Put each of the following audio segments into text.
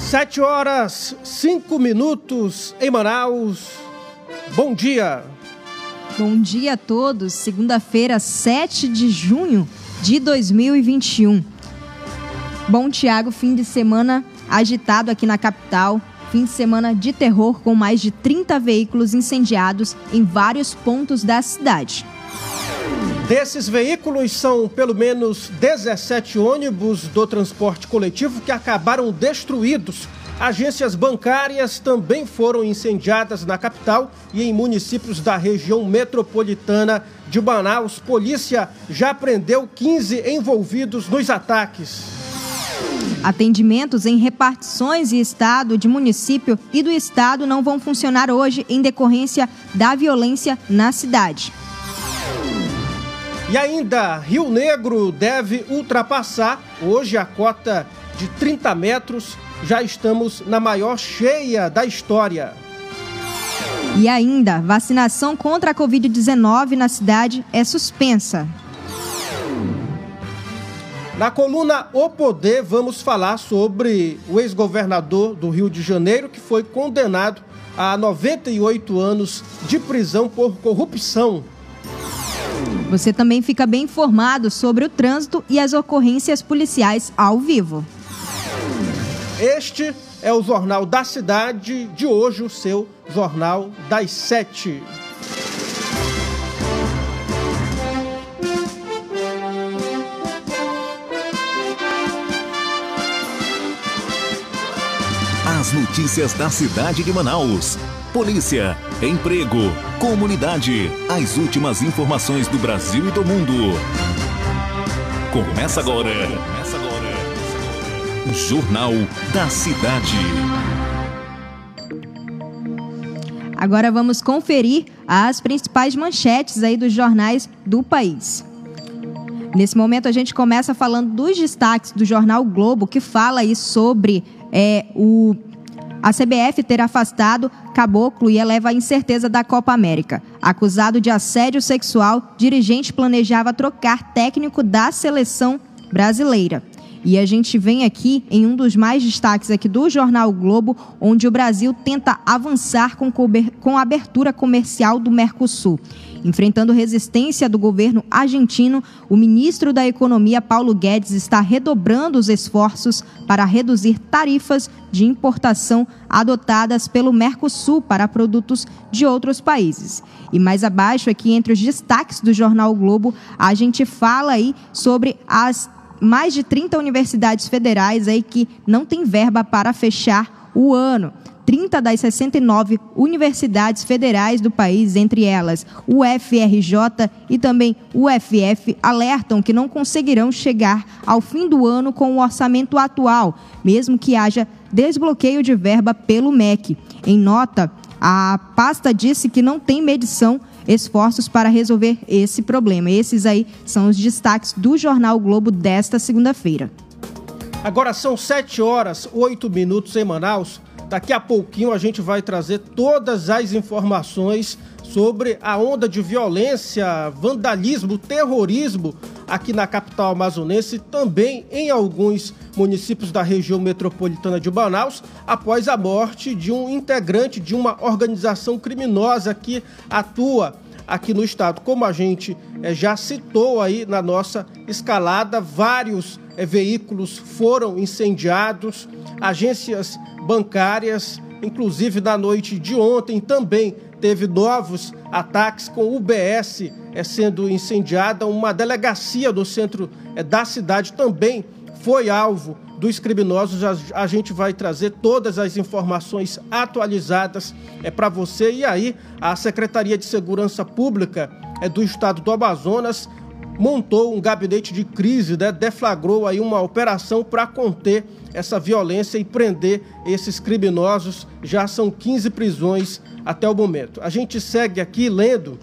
7h05 em Manaus. Bom dia. Bom dia a todos. Segunda-feira, 7 de junho de 2021. Bom, Tiago, fim de semana agitado aqui na capital. Fim de semana de terror com mais de 30 veículos incendiados em vários pontos da cidade. Desses veículos são pelo menos 17 ônibus do transporte coletivo que acabaram destruídos. Agências bancárias também foram incendiadas na capital e em municípios da região metropolitana de Manaus. Polícia já prendeu 15 envolvidos nos ataques. Atendimentos em repartições e estado de município e do estado não vão funcionar hoje em decorrência da violência na cidade. E ainda, Rio Negro deve ultrapassar hoje a cota de 30 metros. Já estamos na maior cheia da história. E ainda, vacinação contra a Covid-19 na cidade é suspensa. Na coluna O Poder, vamos falar sobre o ex-governador do Rio de Janeiro, que foi condenado a 98 anos de prisão por corrupção. Você também fica bem informado sobre o trânsito e as ocorrências policiais ao vivo. Este é o Jornal da Cidade de hoje, o seu Jornal das 7. As notícias da cidade de Manaus. Polícia, emprego, comunidade, as últimas informações do Brasil e do mundo. Começa agora. Jornal da Cidade. Agora vamos conferir as principais manchetes aí dos jornais do país. Nesse momento a gente começa falando dos destaques do jornal Globo, que fala aí sobre a CBF ter afastado Caboclo e eleva a incerteza da Copa América. Acusado de assédio sexual, dirigente planejava trocar técnico da seleção brasileira. E a gente vem aqui em um dos mais destaques aqui do jornal Globo, onde o Brasil tenta avançar com a abertura comercial do Mercosul. Enfrentando resistência do governo argentino, o ministro da Economia, Paulo Guedes, está redobrando os esforços para reduzir tarifas de importação adotadas pelo Mercosul para produtos de outros países. E mais abaixo, aqui entre os destaques do jornal Globo, a gente fala aí sobre as mais de 30 universidades federais aí que não têm verba para fechar o ano. 30 das 69 universidades federais do país, entre elas o UFRJ e também o UFF, alertam que não conseguirão chegar ao fim do ano com o orçamento atual, mesmo que haja desbloqueio de verba pelo MEC. Em nota, a pasta disse que não tem medição esforços para resolver esse problema. Esses aí são os destaques do Jornal Globo desta segunda-feira. Agora são 7h08 em Manaus. Daqui a pouquinho a gente vai trazer todas as informações sobre a onda de violência, vandalismo, terrorismo aqui na capital amazonense, também em alguns municípios da região metropolitana de Manaus, após a morte de um integrante de uma organização criminosa que atua aqui no estado. Como a gente já citou aí na nossa escalada, vários veículos foram incendiados, agências bancárias, inclusive na noite de ontem também teve novos ataques com o UBS sendo incendiada, uma delegacia do centro da cidade também foi alvo dos criminosos. A gente vai trazer todas as informações atualizadas para você. E aí a Secretaria de Segurança Pública do Estado do Amazonas montou um gabinete de crise, deflagrou aí uma operação para conter essa violência e prender esses criminosos. Já são 15 prisões até o momento. A gente segue aqui lendo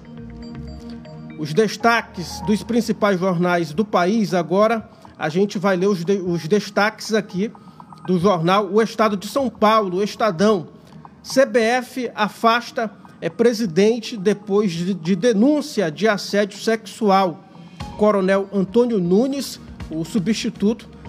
os destaques dos principais jornais do país. Agora a gente vai ler os destaques aqui do jornal O Estado de São Paulo, o Estadão. CBF afasta presidente depois de denúncia de assédio sexual. Coronel Antônio Nunes, o substituto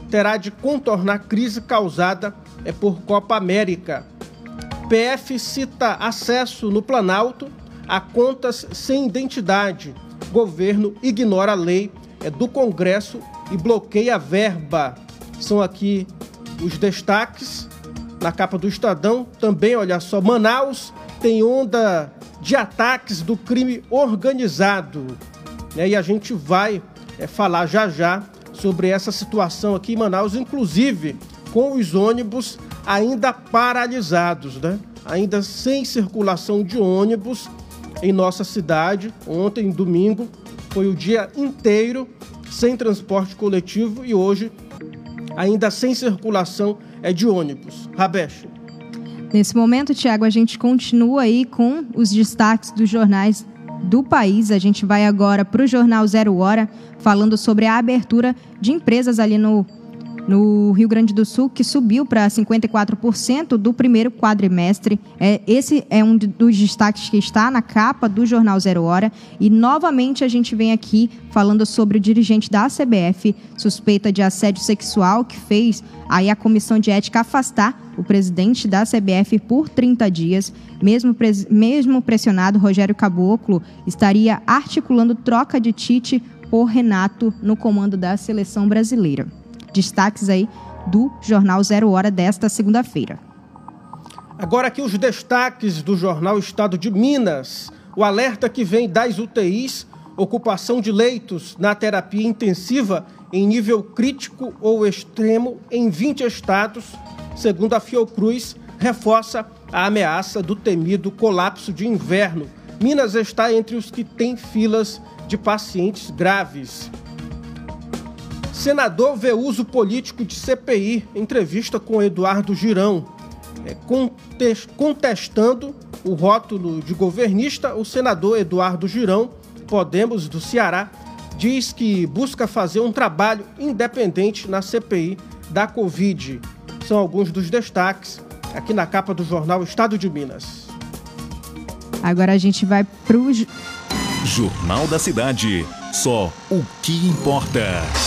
terá de contornar a crise causada por Copa América. PF cita acesso no Planalto a contas sem identidade. Governo ignora a lei do Congresso e bloqueia a verba. São aqui os destaques na capa do Estadão. Também, olha só, Manaus tem onda de ataques do crime organizado. E a gente vai falar já sobre essa situação aqui em Manaus, inclusive com os ônibus ainda paralisados, ainda sem circulação de ônibus em nossa cidade. Ontem, domingo, foi o dia inteiro sem transporte coletivo e hoje ainda sem circulação de ônibus. Rabesh. Nesse momento, Tiago, a gente continua aí com os destaques dos jornais do país. A gente vai agora para o Jornal 0 Hora, falando sobre a abertura de empresas ali no Rio Grande do Sul, que subiu para 54% do primeiro quadrimestre. Esse é um dos destaques que está na capa do Jornal 0 Hora. E, novamente, a gente vem aqui falando sobre o dirigente da CBF, suspeita de assédio sexual, que fez aí a Comissão de Ética afastar o presidente da CBF por 30 dias. Mesmo pressionado, Rogério Caboclo estaria articulando troca de Tite por Renato no comando da seleção brasileira. Destaques aí do Jornal 0 Hora desta segunda-feira. Agora aqui os destaques do Jornal Estado de Minas. O alerta que vem das UTIs, ocupação de leitos na terapia intensiva em nível crítico ou extremo em 20 estados, segundo a Fiocruz, reforça a ameaça do temido colapso de inverno. Minas está entre os que têm filas de pacientes graves. Senador vê uso político de CPI, entrevista com Eduardo Girão. Contestando o rótulo de governista, o senador Eduardo Girão, Podemos, do Ceará, diz que busca fazer um trabalho independente na CPI da Covid. São alguns dos destaques aqui na capa do jornal Estado de Minas. Agora a gente vai para o Jornal da Cidade. Só o que importa.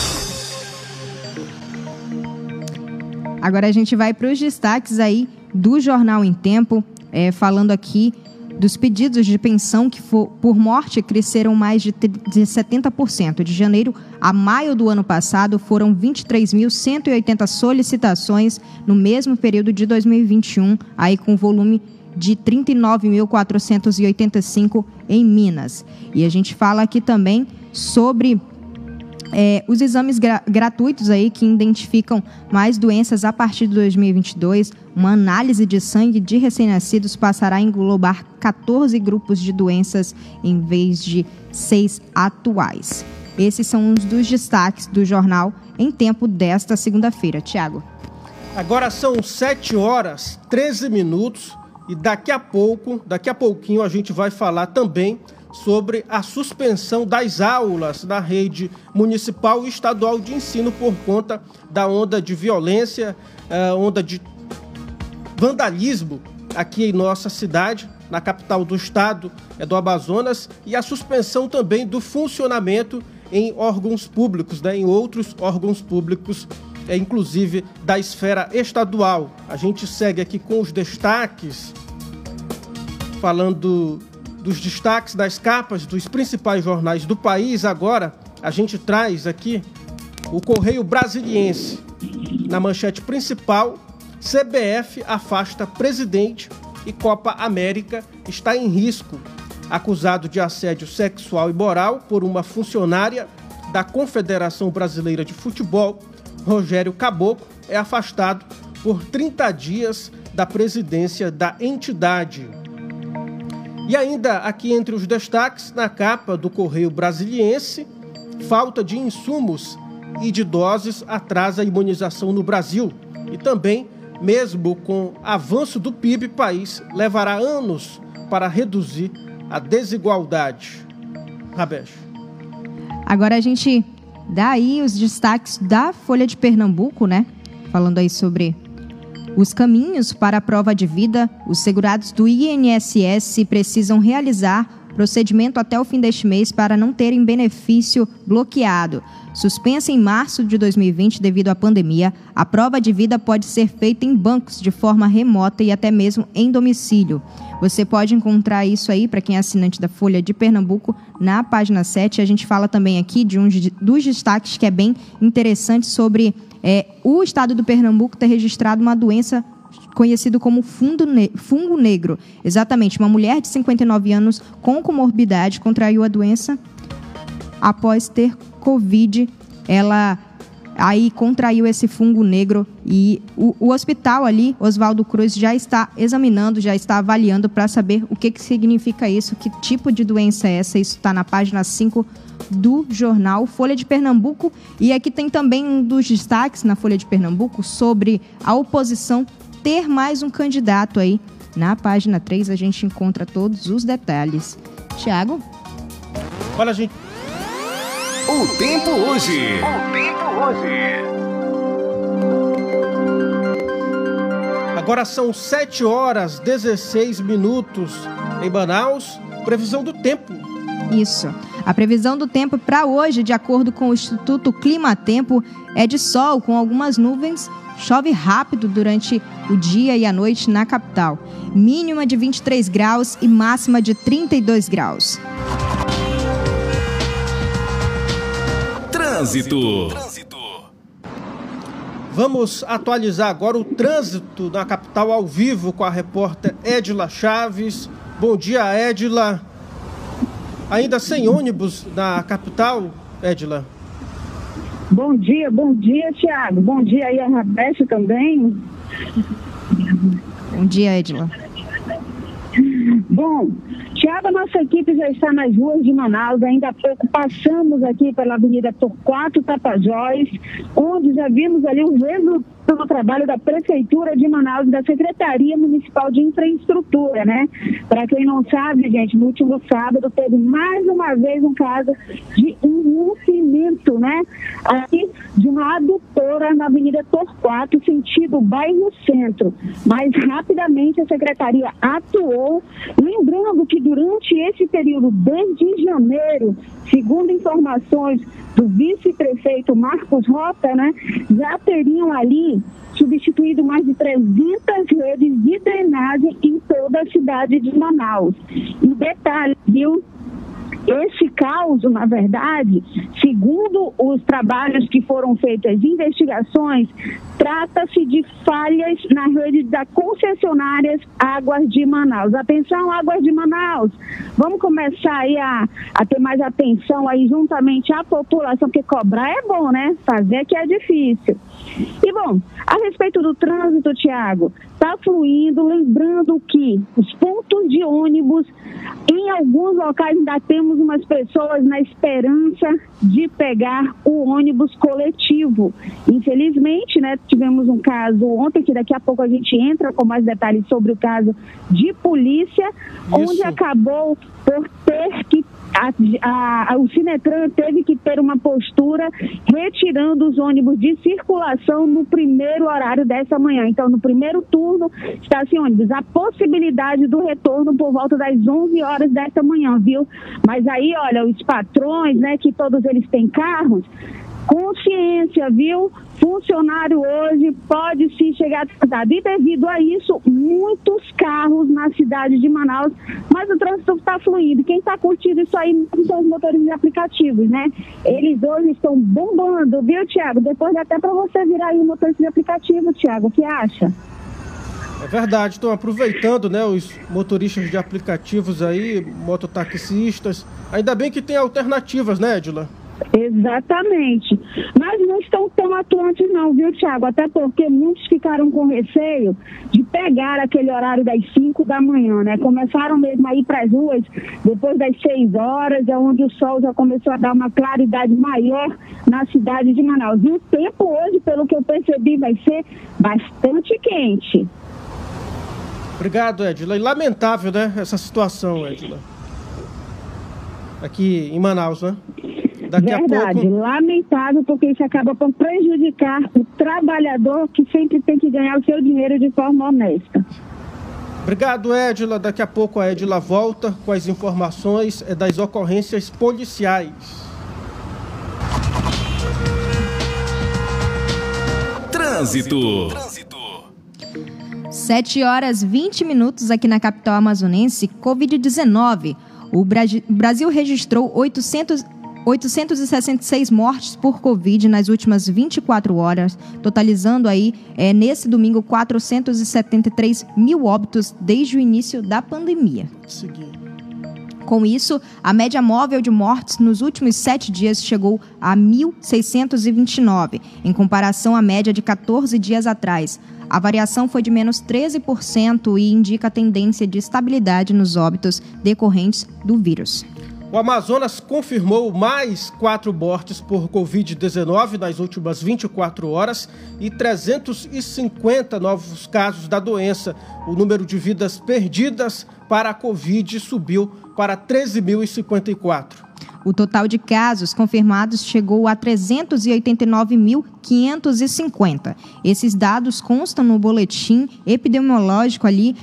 Agora a gente vai para os destaques aí do Jornal em Tempo, falando aqui dos pedidos de pensão que por morte cresceram mais de 70%. De janeiro a maio do ano passado, foram 23.180 solicitações no mesmo período de 2021, aí com volume de 39.485 em Minas. E a gente fala aqui também sobre os exames gratuitos aí que identificam mais doenças a partir de 2022. Uma análise de sangue de recém-nascidos passará a englobar 14 grupos de doenças em vez de 6 atuais. Esses são uns dos destaques do Jornal em Tempo desta segunda-feira. Tiago. Agora são 7h13 e daqui a pouquinho a gente vai falar também sobre a suspensão das aulas na rede municipal e estadual de ensino por conta da onda de violência, onda de vandalismo aqui em nossa cidade, na capital do estado, do Amazonas, e a suspensão também do funcionamento em órgãos públicos, em outros órgãos públicos, inclusive da esfera estadual. A gente segue aqui com os destaques, falando dos destaques das capas dos principais jornais do país. Agora a gente traz aqui o Correio Brasiliense. Na manchete principal, CBF afasta presidente e Copa América está em risco. Acusado de assédio sexual e moral por uma funcionária da Confederação Brasileira de Futebol, Rogério Caboclo é afastado por 30 dias da presidência da entidade. E ainda aqui entre os destaques, na capa do Correio Brasiliense, falta de insumos e de doses atrasa a imunização no Brasil. E também, mesmo com avanço do PIB, o país levará anos para reduzir a desigualdade. Rabesh. Agora a gente dá aí os destaques da Folha de Pernambuco, Falando aí sobre os caminhos para a prova de vida. Os segurados do INSS precisam realizar procedimento até o fim deste mês para não terem benefício bloqueado. Suspensa em março de 2020 devido à pandemia, a prova de vida pode ser feita em bancos de forma remota e até mesmo em domicílio. Você pode encontrar isso aí, para quem é assinante da Folha de Pernambuco, na página 7. A gente fala também aqui de um dos destaques que é bem interessante sobre o estado do Pernambuco ter registrado uma doença conhecido como fungo negro. Exatamente, uma mulher de 59 anos com comorbidade contraiu a doença após ter Covid. Ela aí contraiu esse fungo negro e o hospital ali, Oswaldo Cruz, já está examinando, já está avaliando para saber o que significa isso, que tipo de doença é essa. Isso está na página 5 do jornal Folha de Pernambuco. E aqui tem também um dos destaques na Folha de Pernambuco sobre a oposição ter mais um candidato aí. Na página 3 a gente encontra todos os detalhes. Tiago? Olha, gente. O tempo hoje. Agora são 7h16 em Manaus. Previsão do tempo. Isso. A previsão do tempo para hoje, de acordo com o Instituto Climatempo, é de sol com algumas nuvens. Chove rápido durante o dia e a noite na capital. Mínima de 23 graus e máxima de 32 graus. Trânsito. Vamos atualizar agora o trânsito na capital ao vivo com a repórter Edila Chaves. Bom dia, Edila. Ainda sem ônibus na capital, Edila? Bom dia, Tiago. Bom dia aí a Rabeste também. Bom dia, Edila. Bom, Tiago, a nossa equipe já está nas ruas de Manaus. Ainda há pouco passamos aqui pela Avenida Torquato Tapajós, onde já vimos ali o resultado do trabalho da Prefeitura de Manaus e da Secretaria Municipal de Infraestrutura, né? Para quem não sabe, gente, no último sábado teve mais uma vez um caso de rompimento, né? Aqui de uma adutora na Avenida Torquato, sentido bairro Centro. Mas rapidamente a Secretaria atuou, lembrando que durante esse período, desde janeiro, segundo informações do vice-prefeito Marcos Rota, né, já teriam ali substituído mais de 300 redes de drenagem em toda a cidade de Manaus. E detalhe, viu? Esse caos, na verdade, segundo os trabalhos que foram feitos, as investigações, trata-se de falhas na rede da concessionárias Águas de Manaus. Atenção, Águas de Manaus, vamos começar aí a ter mais atenção aí juntamente à população, porque cobrar é bom, né? Fazer que é difícil. E bom, a respeito do trânsito, Tiago, está fluindo, lembrando que os pontos de ônibus, em alguns locais ainda temos umas pessoas na esperança de pegar o ônibus coletivo. Infelizmente, né, tivemos um caso ontem, que daqui a pouco a gente entra com mais detalhes sobre o caso de polícia, onde acabou por ter que o Sinetran teve que ter uma postura retirando os ônibus de circulação no primeiro horário dessa manhã. Então, no primeiro turno, está sem ônibus. A possibilidade do retorno por volta das 11 horas dessa manhã, viu? Mas aí, olha, os patrões, né, que todos eles têm carros, consciência, viu? Funcionário hoje pode sim chegar atrasado. E devido a isso, muitos carros na cidade de Manaus, mas o trânsito está fluindo. Quem está curtindo isso aí são os motoristas de aplicativos, né? Eles hoje estão bombando, viu, Tiago? Depois dá até para você virar aí um motorista de aplicativo, Tiago. O que acha? É verdade, estão aproveitando, né, os motoristas de aplicativos aí, mototaxistas. Ainda bem que tem alternativas, né, Edila? Exatamente. Mas não estão tão atuantes não, viu, Tiago? Até porque muitos ficaram com receio de pegar aquele horário das 5 da manhã, né? Começaram mesmo a ir para as ruas depois das 6 horas, é onde o sol já começou a dar uma claridade maior na cidade de Manaus. E o tempo hoje, pelo que eu percebi, vai ser bastante quente. Obrigado, Edila. E lamentável, né, essa situação, Edila. Aqui em Manaus, né? Daqui Verdade, a pouco... lamentável, porque isso acaba por prejudicar o trabalhador que sempre tem que ganhar o seu dinheiro de forma honesta. Obrigado, Edila. Daqui a pouco a Edila volta com as informações das ocorrências policiais. Trânsito. 7h20 aqui na capital amazonense. Covid-19. O Brasil registrou 866 mortes por Covid nas últimas 24 horas, totalizando aí, nesse domingo, 473 mil óbitos desde o início da pandemia. Com isso, a média móvel de mortes nos últimos 7 dias chegou a 1.629, em comparação à média de 14 dias atrás. A variação foi de menos 13% e indica a tendência de estabilidade nos óbitos decorrentes do vírus. O Amazonas confirmou mais 4 mortes por Covid-19 nas últimas 24 horas e 350 novos casos da doença. O número de vidas perdidas para a Covid subiu para 13.054. O total de casos confirmados chegou a 389.550. Esses dados constam no boletim epidemiológico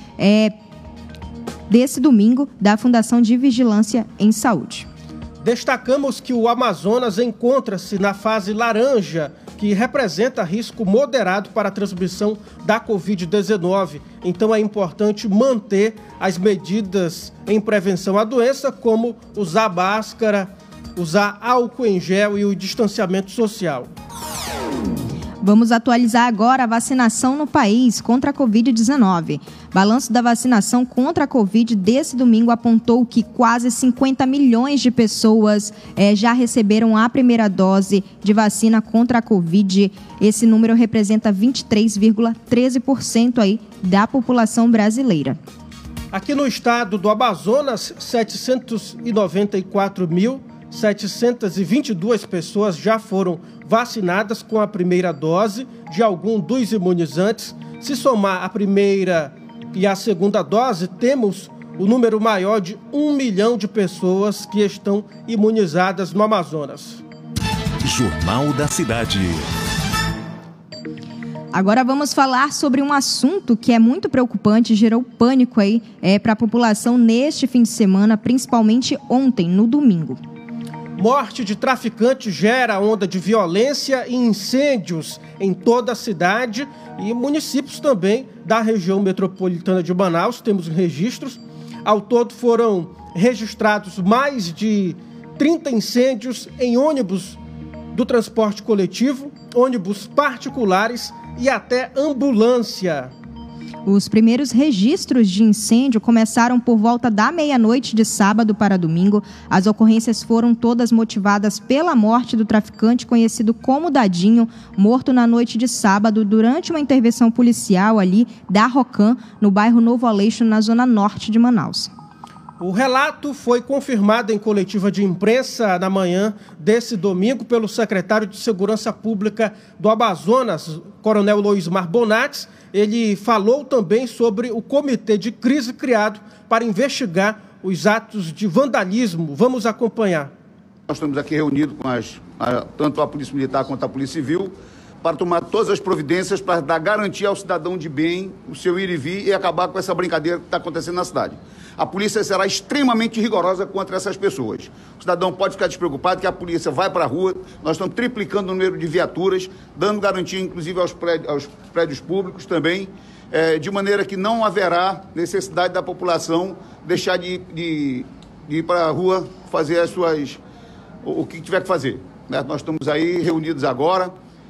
desse domingo da Fundação de Vigilância em Saúde. Destacamos que o Amazonas encontra-se na fase laranja, que representa risco moderado para a transmissão da Covid-19. Então é importante manter as medidas em prevenção à doença, como usar máscara, usar álcool em gel e o distanciamento social. Vamos atualizar agora a vacinação no país contra a Covid-19. Balanço da vacinação contra a Covid desse domingo apontou que quase 50 milhões de pessoas já receberam a primeira dose de vacina contra a Covid. Esse número representa 23,13% aí da população brasileira. Aqui no estado do Amazonas, 794.722 pessoas já foram vacinadas com a primeira dose de algum dos imunizantes. Se somar a primeira e a segunda dose, temos o número maior de 1 milhão de pessoas que estão imunizadas no Amazonas. Jornal da Cidade. Agora vamos falar sobre um assunto que é muito preocupante e gerou pânico aí para a população neste fim de semana, principalmente ontem, no domingo. Morte de traficante gera onda de violência e incêndios em toda a cidade e municípios também da região metropolitana de Manaus. Temos registros. Ao todo foram registrados mais de 30 incêndios em ônibus do transporte coletivo, ônibus particulares e até ambulância. Os primeiros registros de incêndio começaram por volta da meia-noite de sábado para domingo. As ocorrências foram todas motivadas pela morte do traficante conhecido como Dadinho, morto na noite de sábado durante uma intervenção policial ali da Rocan, no bairro Novo Aleixo, na zona norte de Manaus. O relato foi confirmado em coletiva de imprensa na manhã desse domingo pelo secretário de Segurança Pública do Amazonas, Coronel Loismar Bonates. Ele falou também sobre o comitê de crise criado para investigar os atos de vandalismo. Vamos acompanhar. Nós estamos aqui reunidos com tanto a Polícia Militar quanto a Polícia Civil para tomar todas as providências para dar garantia ao cidadão de bem o seu ir e vir e acabar com essa brincadeira que está acontecendo na cidade. A polícia será extremamente rigorosa contra essas pessoas. O cidadão pode ficar despreocupado que a polícia vai para a rua, nós estamos triplicando o número de viaturas, dando garantia inclusive aos prédios públicos também, de maneira que não haverá necessidade da população deixar de ir para a rua fazer o que tiver que fazer. Né? Nós estamos aí reunidos agora,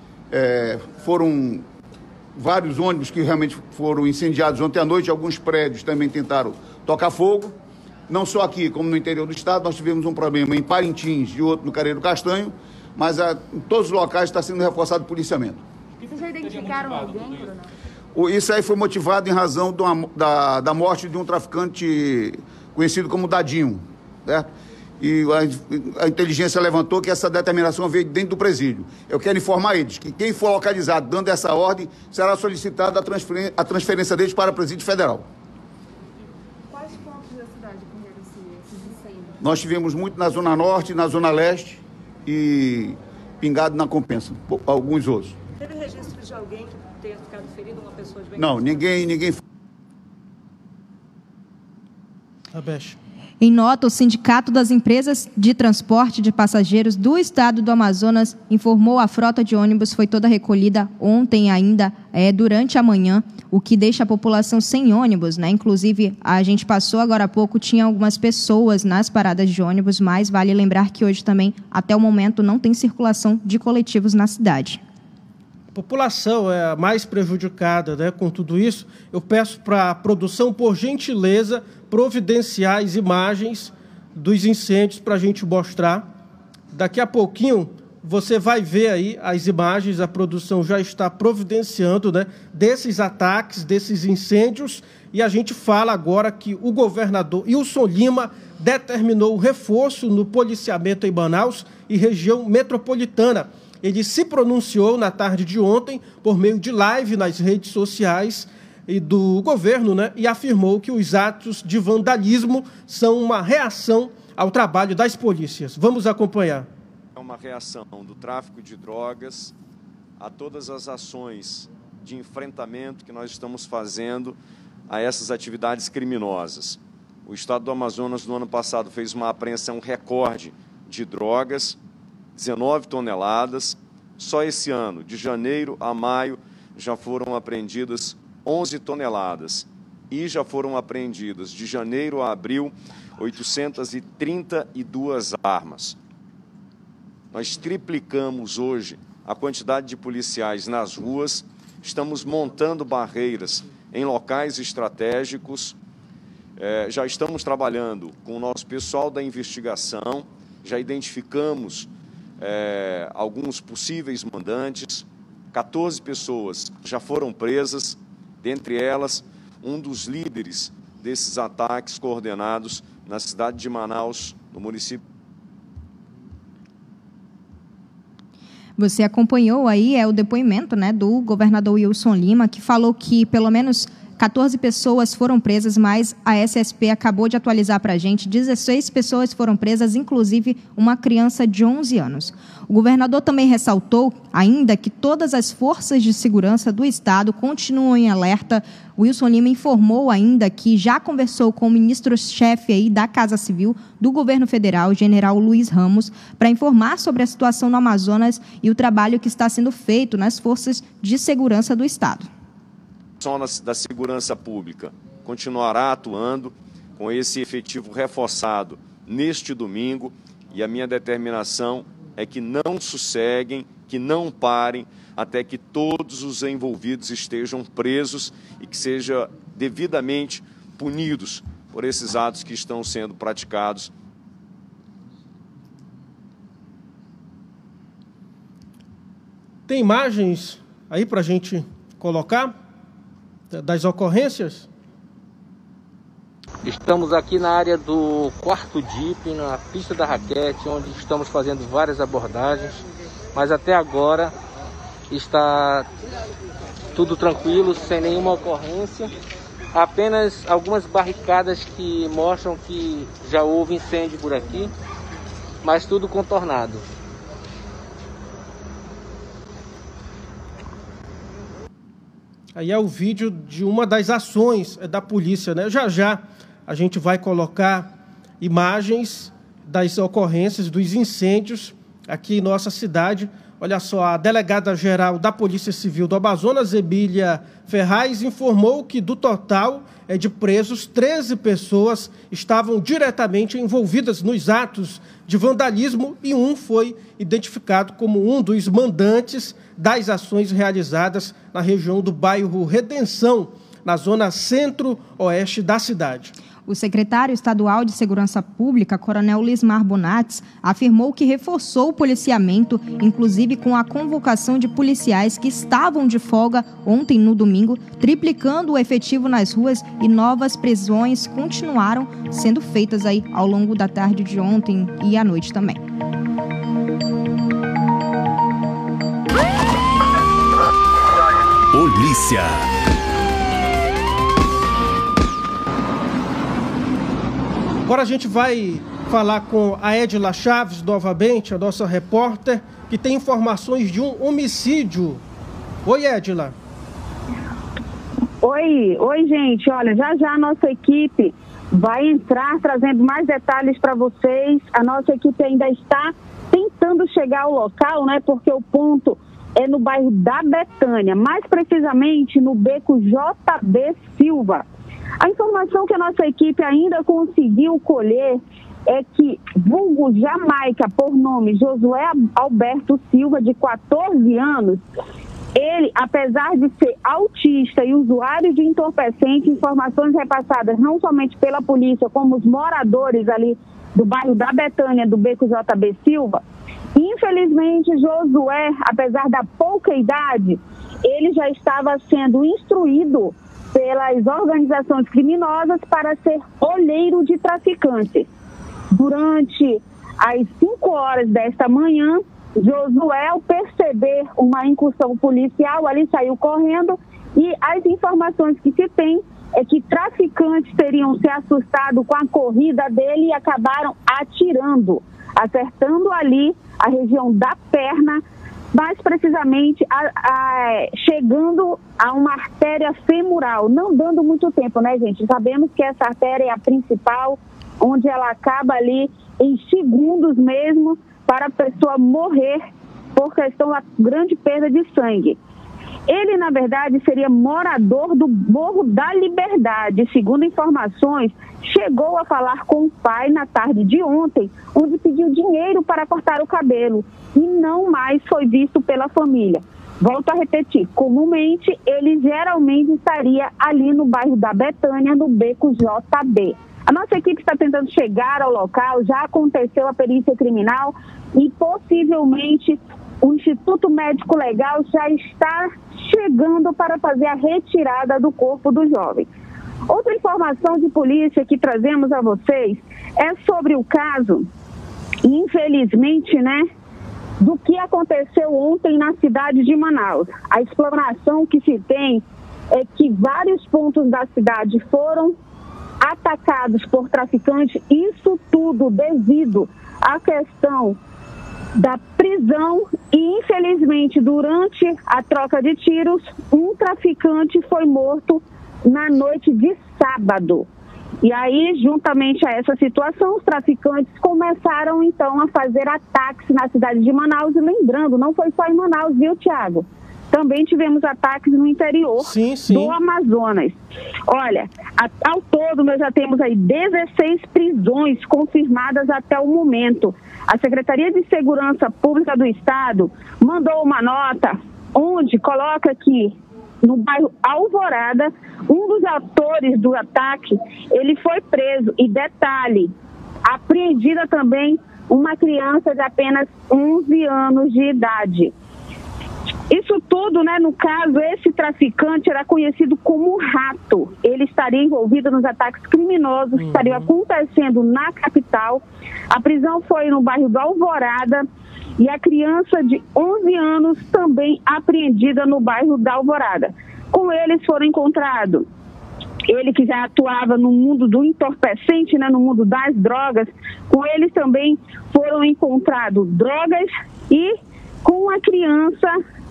foram vários ônibus que realmente foram incendiados ontem à noite, alguns prédios também tentaram tocar fogo, não só aqui como no interior do estado. Nós tivemos um problema em Parintins e outro no Careiro Castanho, mas em todos os locais está sendo reforçado o policiamento. E vocês já identificaram alguém, Coronel? Isso aí foi motivado em razão da morte de um traficante conhecido como Dadinho, certo? E a inteligência levantou que essa determinação veio dentro do presídio. Eu quero informar eles que quem for localizado dando essa ordem será solicitada a transferência deles para o presídio federal. Quais pontos da cidade ocorreram esses incêndios? Nós tivemos muito na Zona Norte, na Zona Leste e pingado na Compensa, alguns outros. Teve registro de alguém que tenha ficado ferido, uma pessoa de bem? Não, ninguém. Abete. Em nota, o Sindicato das Empresas de Transporte de Passageiros do Estado do Amazonas informou a frota de ônibus foi toda recolhida ontem ainda, durante a manhã, o que deixa a população sem ônibus, né? Inclusive, a gente passou agora há pouco, tinha algumas pessoas nas paradas de ônibus, mas vale lembrar que hoje também, até o momento, não tem circulação de coletivos na cidade. A população é a mais prejudicada, né, com tudo isso. Eu peço para a produção, por gentileza, providenciar as imagens dos incêndios para a gente mostrar. Daqui a pouquinho você vai ver aí as imagens, a produção já está providenciando, né, desses ataques, desses incêndios, e a gente fala agora que o governador Wilson Lima determinou o reforço no policiamento em Manaus e região metropolitana. Ele se pronunciou na tarde de ontem por meio de live nas redes sociais e do governo, né, e afirmou que os atos de vandalismo são uma reação ao trabalho das polícias. Vamos acompanhar. É uma reação do tráfico de drogas a todas as ações de enfrentamento que nós estamos fazendo a essas atividades criminosas. O Estado do Amazonas, no ano passado, fez uma apreensão recorde de drogas, 19 toneladas. Só esse ano, de janeiro a maio, já foram apreendidas 11 toneladas. E já foram apreendidas, de janeiro a abril, 832 armas. Nós triplicamos hoje a quantidade de policiais nas ruas, estamos montando barreiras em locais estratégicos, já estamos trabalhando com o nosso pessoal da investigação, já identificamos alguns possíveis mandantes, 14 pessoas já foram presas, dentre elas um dos líderes desses ataques coordenados na cidade de Manaus, no município. Você acompanhou aí o depoimento, né, do governador Wilson Lima, que falou que pelo menos 14 pessoas foram presas, mas a SSP acabou de atualizar para a gente, 16 pessoas foram presas, inclusive uma criança de 11 anos. O governador também ressaltou ainda que todas as forças de segurança do Estado continuam em alerta. Wilson Lima informou ainda que já conversou com o ministro-chefe aí da Casa Civil do governo federal, general Luiz Ramos, para informar sobre a situação no Amazonas e o trabalho que está sendo feito nas forças de segurança do Estado. Da segurança pública continuará atuando com esse efetivo reforçado neste domingo, e a minha determinação é que não sosseguem, que não parem até que todos os envolvidos estejam presos e que sejam devidamente punidos por esses atos que estão sendo praticados. Tem imagens aí para a gente colocar das ocorrências? Estamos aqui na área do 4º DIP, na pista da raquete, onde estamos fazendo várias abordagens, mas até agora está tudo tranquilo, sem nenhuma ocorrência, apenas algumas barricadas que mostram que já houve incêndio por aqui, mas tudo contornado. Aí é o vídeo de uma das ações da polícia, né? Já a gente vai colocar imagens das ocorrências, dos incêndios aqui em nossa cidade. Olha só, a delegada-geral da Polícia Civil do Amazonas, Emília Ferraz, informou que do total de presos, 13 pessoas estavam diretamente envolvidas nos atos de vandalismo e um foi identificado como um dos mandantes das ações realizadas na região do bairro Redenção, na zona centro-oeste da cidade. O secretário estadual de Segurança Pública, Coronel Lismar Bonates, afirmou que reforçou o policiamento, inclusive com a convocação de policiais que estavam de folga ontem no domingo, triplicando o efetivo nas ruas, e novas prisões continuaram sendo feitas aí ao longo da tarde de ontem e à noite também. Polícia. Agora a gente vai falar com a Edila Chaves novamente, a nossa repórter, que tem informações de um homicídio. Oi, Edila. Oi, gente. Olha, já a nossa equipe vai entrar trazendo mais detalhes para vocês. A nossa equipe ainda está tentando chegar ao local, né? Porque o ponto é no bairro da Betânia, mais precisamente no beco JB Silva. A informação que a nossa equipe ainda conseguiu colher é que vulgo Jamaica, por nome Josué Alberto Silva, de 14 anos, ele, apesar de ser autista e usuário de entorpecente, informações repassadas não somente pela polícia, como os moradores ali do bairro da Betânia, do beco JB Silva, infelizmente Josué, apesar da pouca idade, ele já estava sendo instruído pelas organizações criminosas para ser olheiro de traficantes. Durante as 5 horas desta manhã, Josué, ao perceber uma incursão policial, ali saiu correndo, e as informações que se tem é que traficantes teriam se assustado com a corrida dele e acabaram atirando, acertando ali a região da perna, mais precisamente chegando a uma artéria femoral, não dando muito tempo, né, gente? Sabemos que essa artéria é a principal, onde ela acaba ali em segundos mesmo, para a pessoa morrer por questão da grande perda de sangue. Ele, na verdade, seria morador do Morro da Liberdade. Segundo informações, chegou a falar com o pai na tarde de ontem, onde pediu dinheiro para cortar o cabelo e não mais foi visto pela família. Volto a repetir, comumente ele geralmente estaria ali no bairro da Betânia, no beco JB. A nossa equipe está tentando chegar ao local, já aconteceu a perícia criminal e possivelmente o Instituto Médico Legal já está chegando para fazer a retirada do corpo do jovem. Outra informação de polícia que trazemos a vocês é sobre o caso, infelizmente, né, do que aconteceu ontem na cidade de Manaus. A explanação que se tem é que vários pontos da cidade foram atacados por traficantes, isso tudo devido à questão da prisão e, infelizmente, durante a troca de tiros, um traficante foi morto na noite de sábado. E aí, juntamente a essa situação, os traficantes começaram, então, a fazer ataques na cidade de Manaus. E lembrando, não foi só em Manaus, viu, Tiago? Também tivemos ataques no interior do Amazonas. Olha, ao todo nós já temos aí 16 prisões confirmadas até o momento. A Secretaria de Segurança Pública do Estado mandou uma nota onde coloca que no bairro Alvorada, um dos autores do ataque, ele foi preso. E detalhe, apreendida também uma criança de apenas 11 anos de idade. Isso tudo, né, no caso, esse traficante era conhecido como Rato. Ele estaria envolvido nos ataques criminosos que estariam acontecendo na capital. A prisão foi no bairro do Alvorada e a criança de 11 anos também apreendida no bairro da Alvorada. Com eles foram encontrados ele que já atuava no mundo do entorpecente, né, no mundo das drogas. Com eles também foram encontrados drogas e com a criança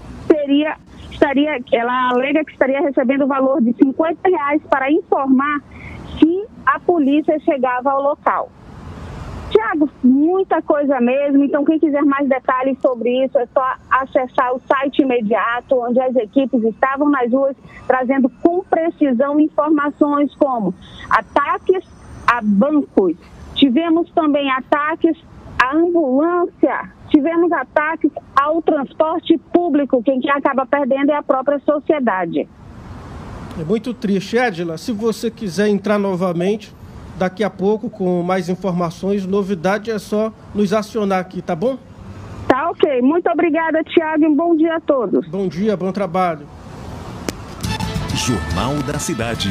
ela alega que estaria recebendo o valor de R$50 para informar se a polícia chegava ao local. Tiago, muita coisa mesmo, então quem quiser mais detalhes sobre isso é só acessar o site imediato, onde as equipes estavam nas ruas trazendo com precisão informações como ataques a bancos, tivemos também ataques à ambulância, tivemos ataques ao transporte público, quem acaba perdendo é a própria sociedade. É muito triste, Edila. Se você quiser entrar novamente, daqui a pouco, com mais informações, novidade, é só nos acionar aqui, tá bom? Tá ok. Muito obrigada, Tiago, e um bom dia a todos. Bom dia, bom trabalho. Jornal da Cidade.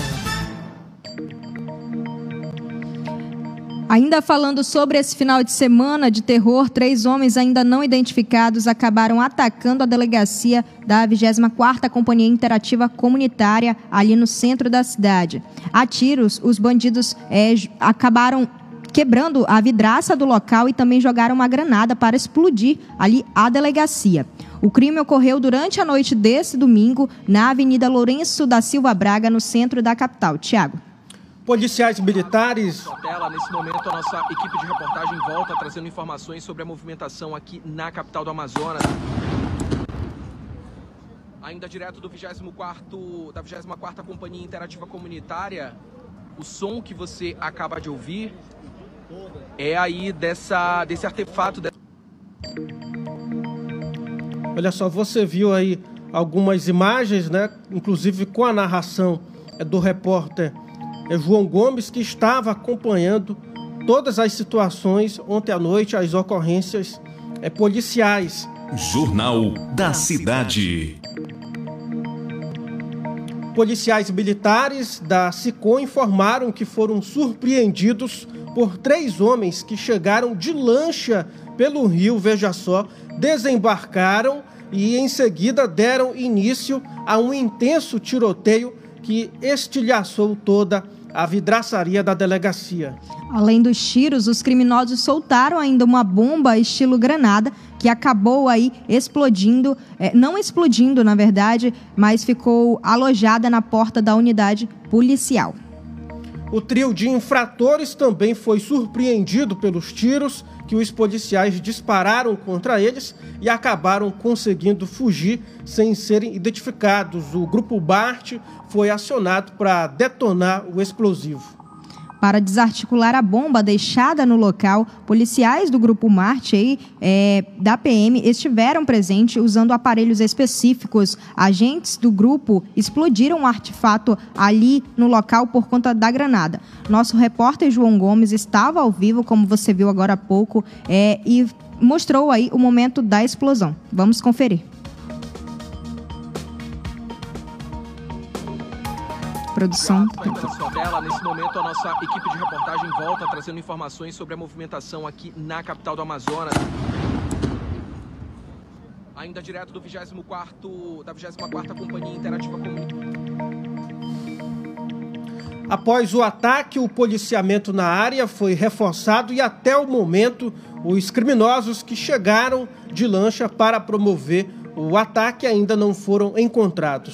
Ainda falando sobre esse final de semana de terror, 3 homens ainda não identificados acabaram atacando a delegacia da 24ª Companhia Interativa Comunitária ali no centro da cidade. A tiros, os bandidos acabaram quebrando a vidraça do local e também jogaram uma granada para explodir ali a delegacia. O crime ocorreu durante a noite desse domingo na Avenida Lourenço da Silva Braga, no centro da capital. Tiago. Policiais militares... Nesse momento, a nossa equipe de reportagem volta trazendo informações sobre a movimentação aqui na capital do Amazonas. Ainda direto da 24ª Companhia Interativa Comunitária, o som que você acaba de ouvir é aí desse artefato. Olha só, você viu aí algumas imagens, né? Inclusive com a narração do repórter João Gomes, que estava acompanhando todas as situações ontem à noite, as ocorrências policiais. Jornal da Cidade. Policiais militares da SICOM informaram que foram surpreendidos por 3 homens que chegaram de lancha pelo rio, veja só, desembarcaram e em seguida deram início a um intenso tiroteio que estilhaçou toda a vidraçaria da delegacia. Além dos tiros, os criminosos soltaram ainda uma bomba estilo granada que acabou aí explodindo, não explodindo na verdade, mas ficou alojada na porta da unidade policial. O trio de infratores também foi surpreendido pelos tiros que os policiais dispararam contra eles e acabaram conseguindo fugir sem serem identificados. O grupo Bart foi acionado para detonar o explosivo. Para desarticular a bomba deixada no local, policiais do Grupo Marte da PM estiveram presentes usando aparelhos específicos. Agentes do grupo explodiram um artefato ali no local por conta da granada. Nosso repórter João Gomes estava ao vivo, como você viu agora há pouco, e mostrou aí o momento da explosão. Vamos conferir. Produção. Nesse momento, a nossa equipe de reportagem volta trazendo informações sobre a movimentação aqui na capital do Amazonas. Ainda direto da 24ª Companhia Interativa Comunitária. Após o ataque, o policiamento na área foi reforçado e até o momento os criminosos que chegaram de lancha para promover o ataque ainda não foram encontrados.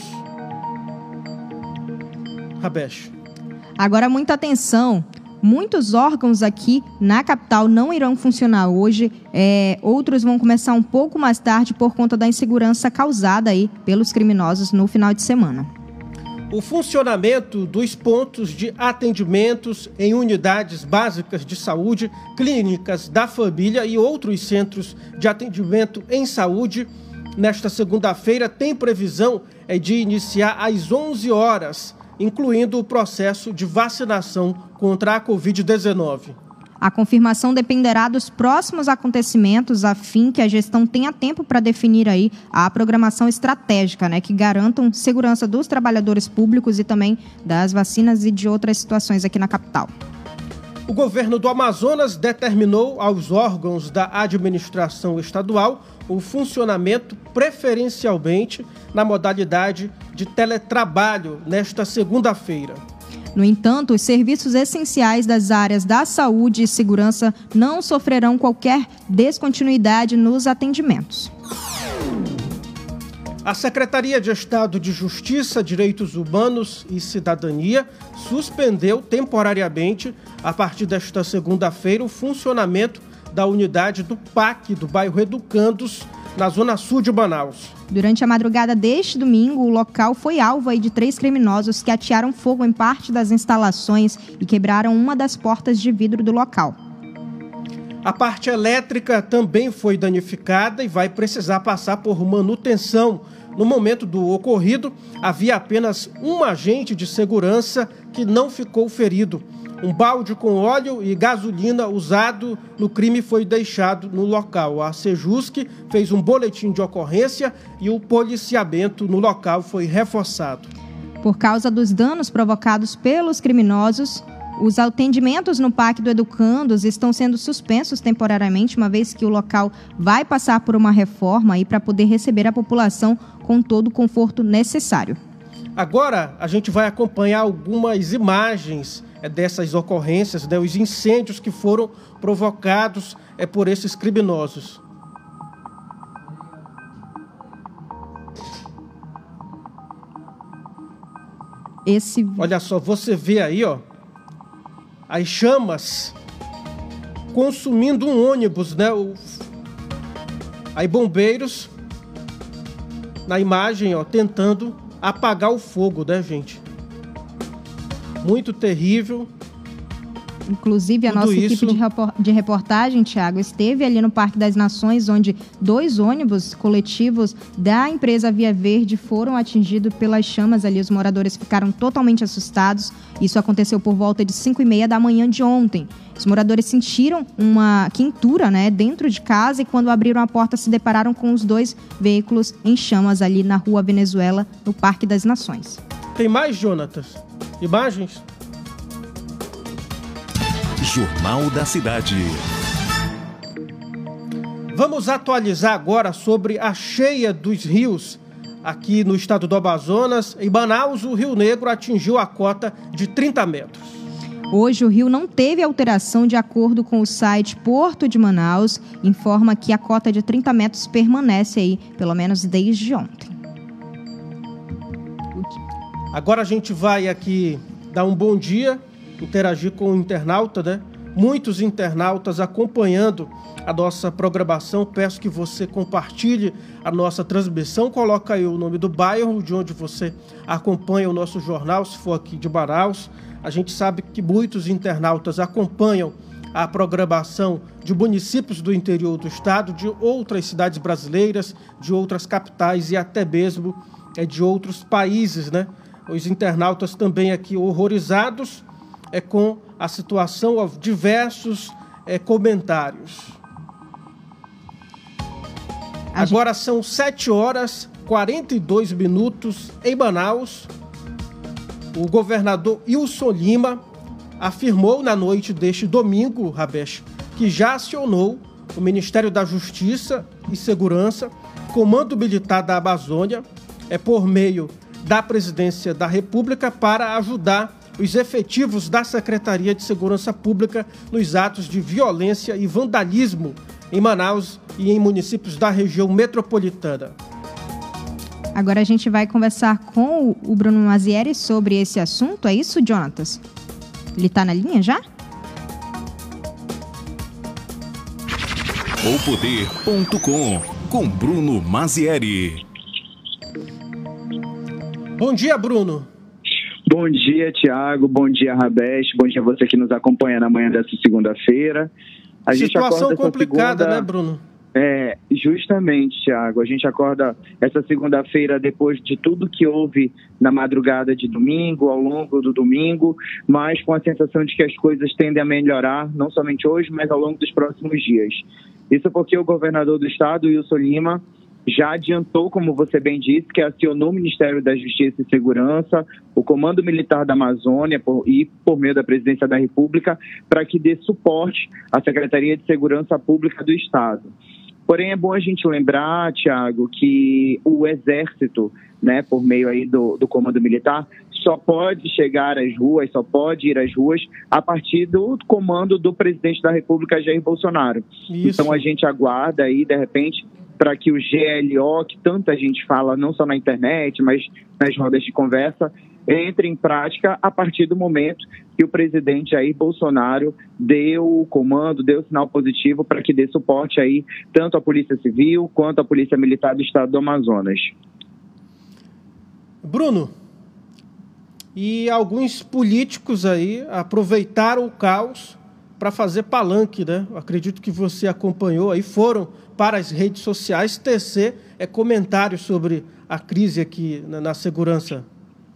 Rabesh. Agora, muita atenção. Muitos órgãos aqui na capital não irão funcionar hoje. Outros vão começar um pouco mais tarde por conta da insegurança causada aí pelos criminosos no final de semana. O funcionamento dos pontos de atendimentos em unidades básicas de saúde, clínicas da família e outros centros de atendimento em saúde, nesta segunda-feira, tem previsão de iniciar às 11 horas, incluindo o processo de vacinação contra a Covid-19. A confirmação dependerá dos próximos acontecimentos, a fim que a gestão tenha tempo para definir aí a programação estratégica, que garantam segurança dos trabalhadores públicos e também das vacinas e de outras situações aqui na capital. O governo do Amazonas determinou aos órgãos da administração estadual o funcionamento preferencialmente na modalidade de teletrabalho nesta segunda-feira. No entanto, os serviços essenciais das áreas da saúde e segurança não sofrerão qualquer descontinuidade nos atendimentos. A Secretaria de Estado de Justiça, Direitos Humanos e Cidadania suspendeu temporariamente, a partir desta segunda-feira, o funcionamento da unidade do PAC do bairro Educandos, na zona sul de Manaus. Durante a madrugada deste domingo, o local foi alvo de 3 criminosos que atearam fogo em parte das instalações e quebraram uma das portas de vidro do local. A parte elétrica também foi danificada e vai precisar passar por manutenção. No momento do ocorrido, havia apenas um agente de segurança que não ficou ferido. Um balde com óleo e gasolina usado no crime foi deixado no local. A Sejusc fez um boletim de ocorrência e o policiamento no local foi reforçado. Por causa dos danos provocados pelos criminosos, os atendimentos no PAC do Educandos estão sendo suspensos temporariamente, uma vez que o local vai passar por uma reforma para poder receber a população com todo o conforto necessário. Agora a gente vai acompanhar algumas imagens dessas ocorrências, os incêndios que foram provocados por esses criminosos. Olha só, você vê aí, as chamas consumindo um ônibus, né? Aí bombeiros, na imagem, ó, tentando apagar o fogo, né, gente? Muito terrível. Inclusive, a nossa equipe de reportagem, Thiago, esteve ali no Parque das Nações, onde 2 ônibus coletivos da empresa Via Verde foram atingidos pelas chamas ali. Os moradores ficaram totalmente assustados. Isso aconteceu por volta de 5h30 da manhã de ontem. Os moradores sentiram uma quentura, né, dentro de casa, e quando abriram a porta se depararam com os 2 veículos em chamas ali na Rua Venezuela, no Parque das Nações. Tem mais, Jonatas? Imagens? Jornal da Cidade. Vamos atualizar agora sobre a cheia dos rios aqui no estado do Amazonas. Em Manaus, o Rio Negro atingiu a cota de 30 metros. Hoje, o rio não teve alteração. De acordo com o site Porto de Manaus, informa que a cota de 30 metros permanece aí, pelo menos desde ontem. Agora a gente vai aqui dar um bom dia, interagir com o internauta, né? Muitos internautas acompanhando a nossa programação. Peço que você compartilhe a nossa transmissão, coloca aí o nome do bairro de onde você acompanha o nosso jornal, se for aqui de Manaus. A gente sabe que muitos internautas acompanham a programação de municípios do interior do estado, de outras cidades brasileiras, de outras capitais e até mesmo de outros países, né? Os internautas também aqui horrorizados com a situação, diversos comentários. Agora são 7h42 em Manaus. O governador Wilson Lima afirmou na noite deste domingo, Rabesh, que já acionou o Ministério da Justiça e Segurança, Comando Militar da Amazônia, por meio da Presidência da República, para ajudar os efetivos da Secretaria de Segurança Pública nos atos de violência e vandalismo em Manaus e em municípios da região metropolitana. Agora a gente vai conversar com o Bruno Mazieri sobre esse assunto. É isso, Jonatas? Ele está na linha já? Opoder.com com Bruno Mazieri. Bom dia, Bruno. Bom dia, Thiago. Bom dia, Rabesh. Bom dia a você que nos acompanha na manhã dessa segunda-feira. Situação complicada, né, Bruno? Justamente, Thiago. A gente acorda essa segunda-feira depois de tudo que houve na madrugada de domingo, ao longo do domingo, mas com a sensação de que as coisas tendem a melhorar, não somente hoje, mas ao longo dos próximos dias. Isso porque o governador do estado, Wilson Lima, já adiantou, como você bem disse, que acionou o Ministério da Justiça e Segurança, o Comando Militar da Amazônia e por meio da Presidência da República, para que dê suporte à Secretaria de Segurança Pública do Estado. Porém, é bom a gente lembrar, Thiago, que o Exército, né, por meio aí do Comando Militar, só pode chegar às ruas, só pode ir às ruas a partir do comando do Presidente da República, Jair Bolsonaro. Isso. Então, a gente aguarda aí, de repente, para que o GLO, que tanta gente fala, não só na internet, mas nas rodas de conversa, entre em prática a partir do momento que o presidente Jair Bolsonaro deu o comando, deu o sinal positivo para que dê suporte aí tanto à Polícia Civil quanto à Polícia Militar do Estado do Amazonas. Bruno, e alguns políticos aí aproveitaram o caos para fazer palanque, né? Eu acredito que você acompanhou aí, foram para as redes sociais tecer comentários sobre a crise aqui na segurança.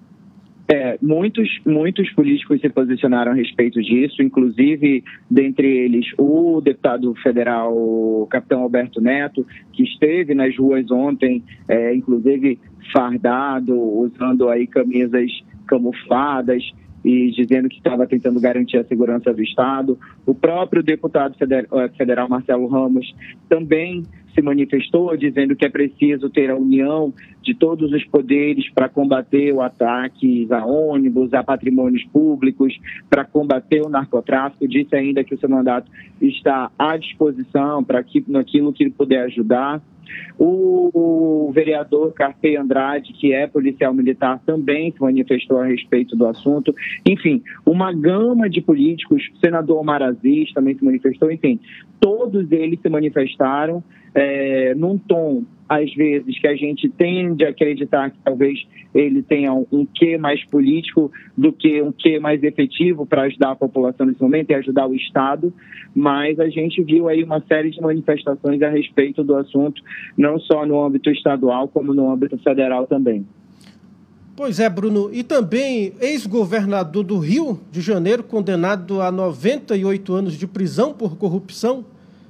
Muitos políticos se posicionaram a respeito disso, inclusive, dentre eles, o deputado federal, o capitão Alberto Neto, que esteve nas ruas ontem, inclusive fardado, usando aí camisas camufladas e dizendo que estava tentando garantir a segurança do Estado. O próprio deputado federal Marcelo Ramos também se manifestou dizendo que é preciso ter a união de todos os poderes para combater o ataque a ônibus, a patrimônios públicos, para combater o narcotráfico. Disse ainda que o seu mandato está à disposição para naquilo que ele puder ajudar. O vereador Carpei Andrade, que é policial militar, também se manifestou a respeito do assunto. Enfim, uma gama de políticos, o senador Omar Aziz também se manifestou, enfim, todos eles se manifestaram num tom, às vezes, que a gente tende a acreditar que talvez ele tenha um quê mais político do que um quê mais efetivo para ajudar a população nesse momento e ajudar o Estado, mas a gente viu aí uma série de manifestações a respeito do assunto, não só no âmbito estadual, como no âmbito federal também. Pois é, Bruno. E também ex-governador do Rio de Janeiro, condenado a 98 anos de prisão por corrupção.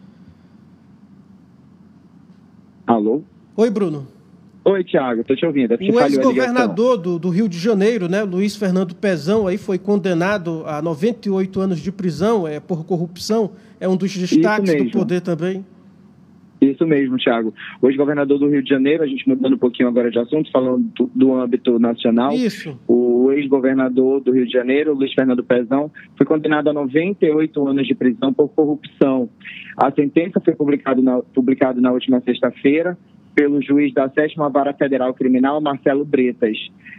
Alô? Oi, Bruno. Oi, Thiago, estou te ouvindo. O ex-governador do Rio de Janeiro, né, Luiz Fernando Pezão, aí foi condenado a 98 anos de prisão por corrupção. É um dos destaques do poder também. Isso mesmo, Thiago. O ex-governador do Rio de Janeiro, a gente mudando um pouquinho agora de assunto, falando do âmbito nacional. Isso. O ex-governador do Rio de Janeiro, Luiz Fernando Pezão, foi condenado a 98 anos de prisão por corrupção. A sentença foi publicada na última sexta-feira pelo juiz da 7ª Vara Federal Criminal, Marcelo Bretas.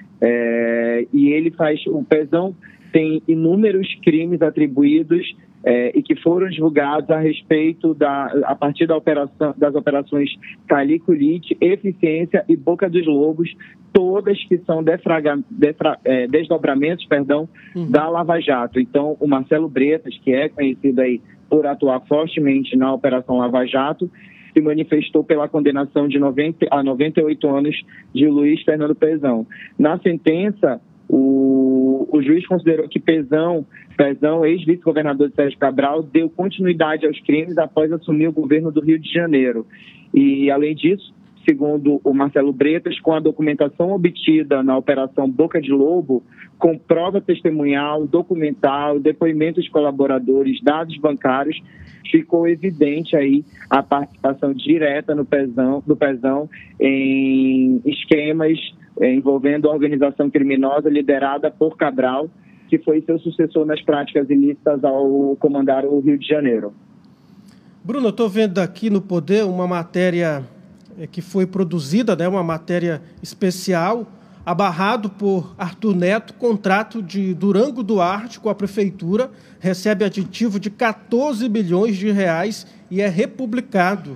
O Pezão tem inúmeros crimes atribuídos e que foram divulgados a partir das operações Calico Lite, Eficiência e Boca dos Lobos, todas que são desdobramentos da Lava Jato. Então, o Marcelo Bretas, que é conhecido aí por atuar fortemente na Operação Lava Jato, se manifestou pela condenação a 98 anos de Luiz Fernando Pezão. Na sentença, o juiz considerou que Pezão, ex-vice-governador de Sérgio Cabral, deu continuidade aos crimes após assumir o governo do Rio de Janeiro. E, além disso, segundo o Marcelo Bretas, com a documentação obtida na Operação Boca de Lobo, com prova testemunhal, documental, depoimentos de colaboradores, dados bancários, ficou evidente aí a participação direta do Pezão em esquemas envolvendo a organização criminosa liderada por Cabral, que foi seu sucessor nas práticas ilícitas ao comandar o Rio de Janeiro. Bruno, eu estou vendo aqui no Poder uma matéria que foi produzida, né, uma matéria especial, abarrado por Arthur Neto, contrato de Durango Duarte com a Prefeitura, recebe aditivo de 14 bilhões de reais e é republicado.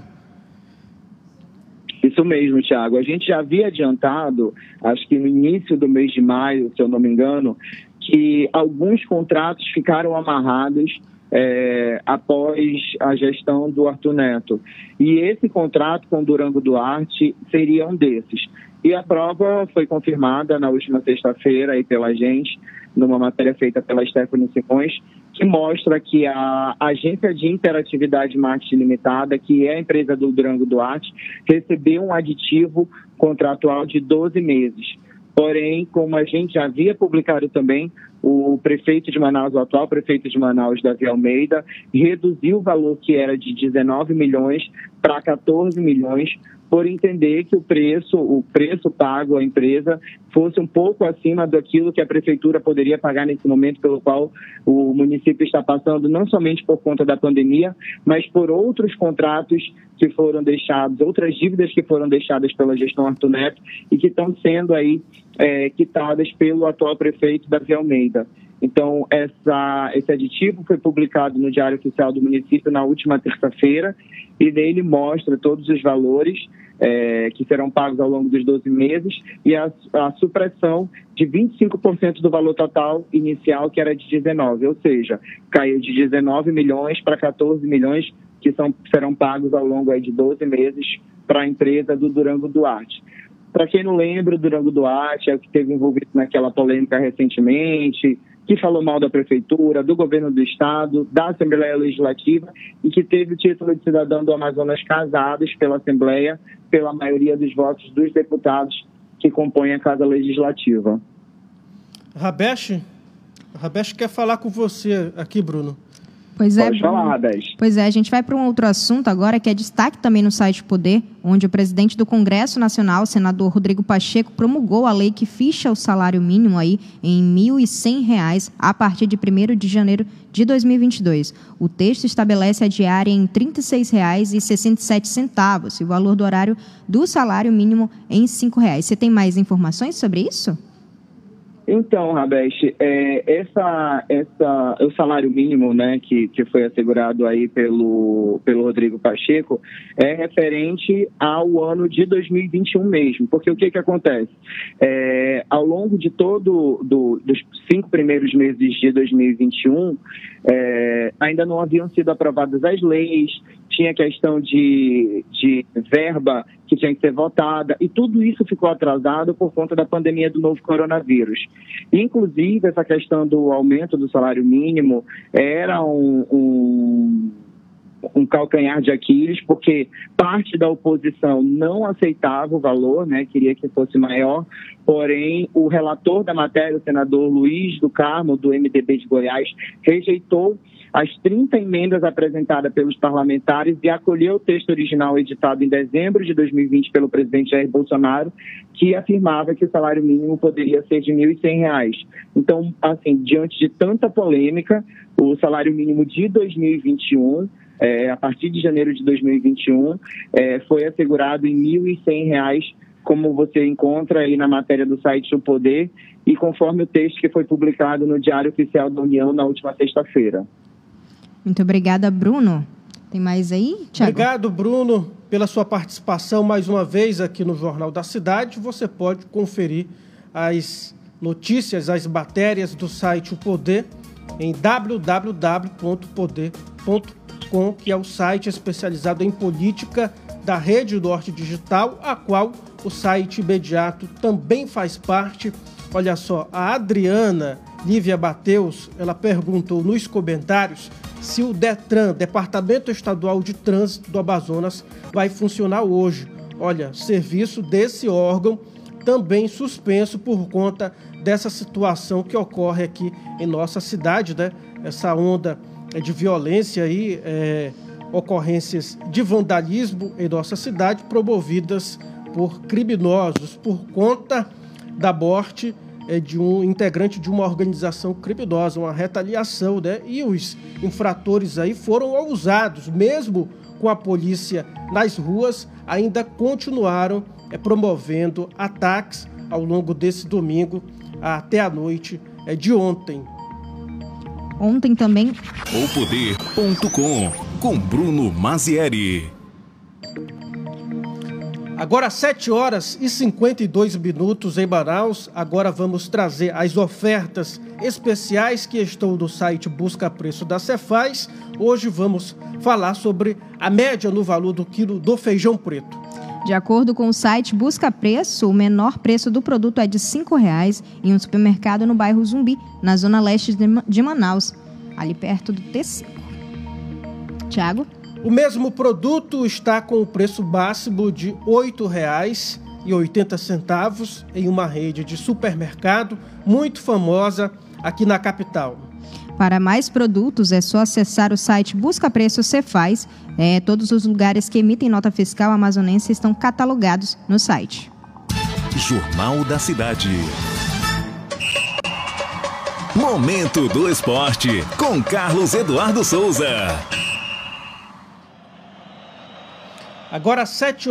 Isso mesmo, Thiago. A gente já havia adiantado, acho que no início do mês de maio, se eu não me engano, que alguns contratos ficaram amarrados após a gestão do Arthur Neto. E esse contrato com Durango Duarte seria um desses. E a prova foi confirmada na última sexta-feira aí pela gente, numa matéria feita pela Stephanie Simões, que mostra que a Agência de Interatividade Marketing Limitada, que é a empresa do Durango Duarte, recebeu um aditivo contratual de 12 meses. Porém, como a gente já havia publicado também, o prefeito de Manaus, o atual prefeito de Manaus, Davi Almeida, reduziu o valor que era de 19 milhões para 14 milhões, por entender que o preço pago à empresa fosse um pouco acima daquilo que a prefeitura poderia pagar nesse momento pelo qual o município está passando, não somente por conta da pandemia, mas por outros contratos que foram deixados, outras dívidas que foram deixadas pela gestão Arthur Neto e que estão sendo aí quitadas pelo atual prefeito Davi Almeida. Então, esse aditivo foi publicado no Diário Oficial do município na última terça-feira e nele mostra todos os valores que serão pagos ao longo dos 12 meses e a supressão de 25% do valor total inicial, que era de 19, ou seja, caiu de 19 milhões para 14 milhões, que serão pagos ao longo aí de 12 meses para a empresa do Durango Duarte. Para quem não lembra, o Durango Duarte é o que esteve envolvido naquela polêmica recentemente, que falou mal da Prefeitura, do Governo do Estado, da Assembleia Legislativa e que teve o título de cidadão do Amazonas casados pela Assembleia, pela maioria dos votos dos deputados que compõem a Casa Legislativa. Rabesh quer falar com você aqui, Bruno. Pode falar, Rabés. Pois é, a gente vai para um outro assunto agora, que é destaque também no site Poder, onde o presidente do Congresso Nacional, senador Rodrigo Pacheco, promulgou a lei que fixa o salário mínimo aí em R$ 1.100 a partir de 1º de janeiro de 2022. O texto estabelece a diária em R$ 36,67 e o valor do horário do salário mínimo em R$ 5,00. Você tem mais informações sobre isso? Então, Rabés, o salário mínimo, né, que foi assegurado aí pelo Rodrigo Pacheco é referente ao ano de 2021 mesmo, porque o que acontece? Ao longo de dos 5 primeiros meses de 2021, ainda não haviam sido aprovadas as leis, tinha questão de verba que tinha que ser votada, e tudo isso ficou atrasado por conta da pandemia do novo coronavírus. Inclusive, essa questão do aumento do salário mínimo era um calcanhar de Aquiles, porque parte da oposição não aceitava o valor, né, queria que fosse maior, porém o relator da matéria, o senador Luiz do Carmo, do MDB de Goiás, rejeitou as 30 emendas apresentadas pelos parlamentares e acolheu o texto original editado em dezembro de 2020 pelo presidente Jair Bolsonaro, que afirmava que o salário mínimo poderia ser de R$ 1.100. Então, assim, diante de tanta polêmica, o salário mínimo de 2021, a partir de janeiro de 2021, foi assegurado em R$ 1.100, como você encontra aí na matéria do site O Poder, e conforme o texto que foi publicado no Diário Oficial da União na última sexta-feira. Muito obrigada, Bruno. Tem mais aí, Thiago? Obrigado, Bruno, pela sua participação mais uma vez aqui no Jornal da Cidade. Você pode conferir as notícias, as matérias do site O Poder em www.poder.com, que é o site especializado em política da Rede Norte Digital, a qual o site Imediato também faz parte. Olha só, a Adriana Lívia Bateus, ela perguntou nos comentários se o DETRAN, Departamento Estadual de Trânsito do Amazonas, vai funcionar hoje. Olha, serviço desse órgão também suspenso por conta dessa situação que ocorre aqui em nossa cidade, né? Essa onda de violência aí, ocorrências de vandalismo em nossa cidade promovidas por criminosos por conta da morte de um integrante de uma organização criminosa, uma retaliação, né? E os infratores aí foram ousados, mesmo com a polícia nas ruas, ainda continuaram promovendo ataques ao longo desse domingo até a noite de ontem. Ontem também. Opoder.com com Bruno Mazieri. Agora 7h52 em Manaus. Agora vamos trazer as ofertas especiais que estão no site Busca Preço da Cefaz. Hoje vamos falar sobre a média no valor do quilo do feijão preto. De acordo com o site Busca Preço, o menor preço do produto é de R$ 5,00 em um supermercado no bairro Zumbi, na zona leste de Manaus, ali perto do T5. Tiago? O mesmo produto está com o preço máximo de R$ 8,80 em uma rede de supermercado muito famosa aqui na capital. Para mais produtos, é só acessar o site Busca Preço Cefaz. Todos os lugares que emitem nota fiscal amazonense estão catalogados no site. Jornal da Cidade. Momento do Esporte, com Carlos Eduardo Souza. Agora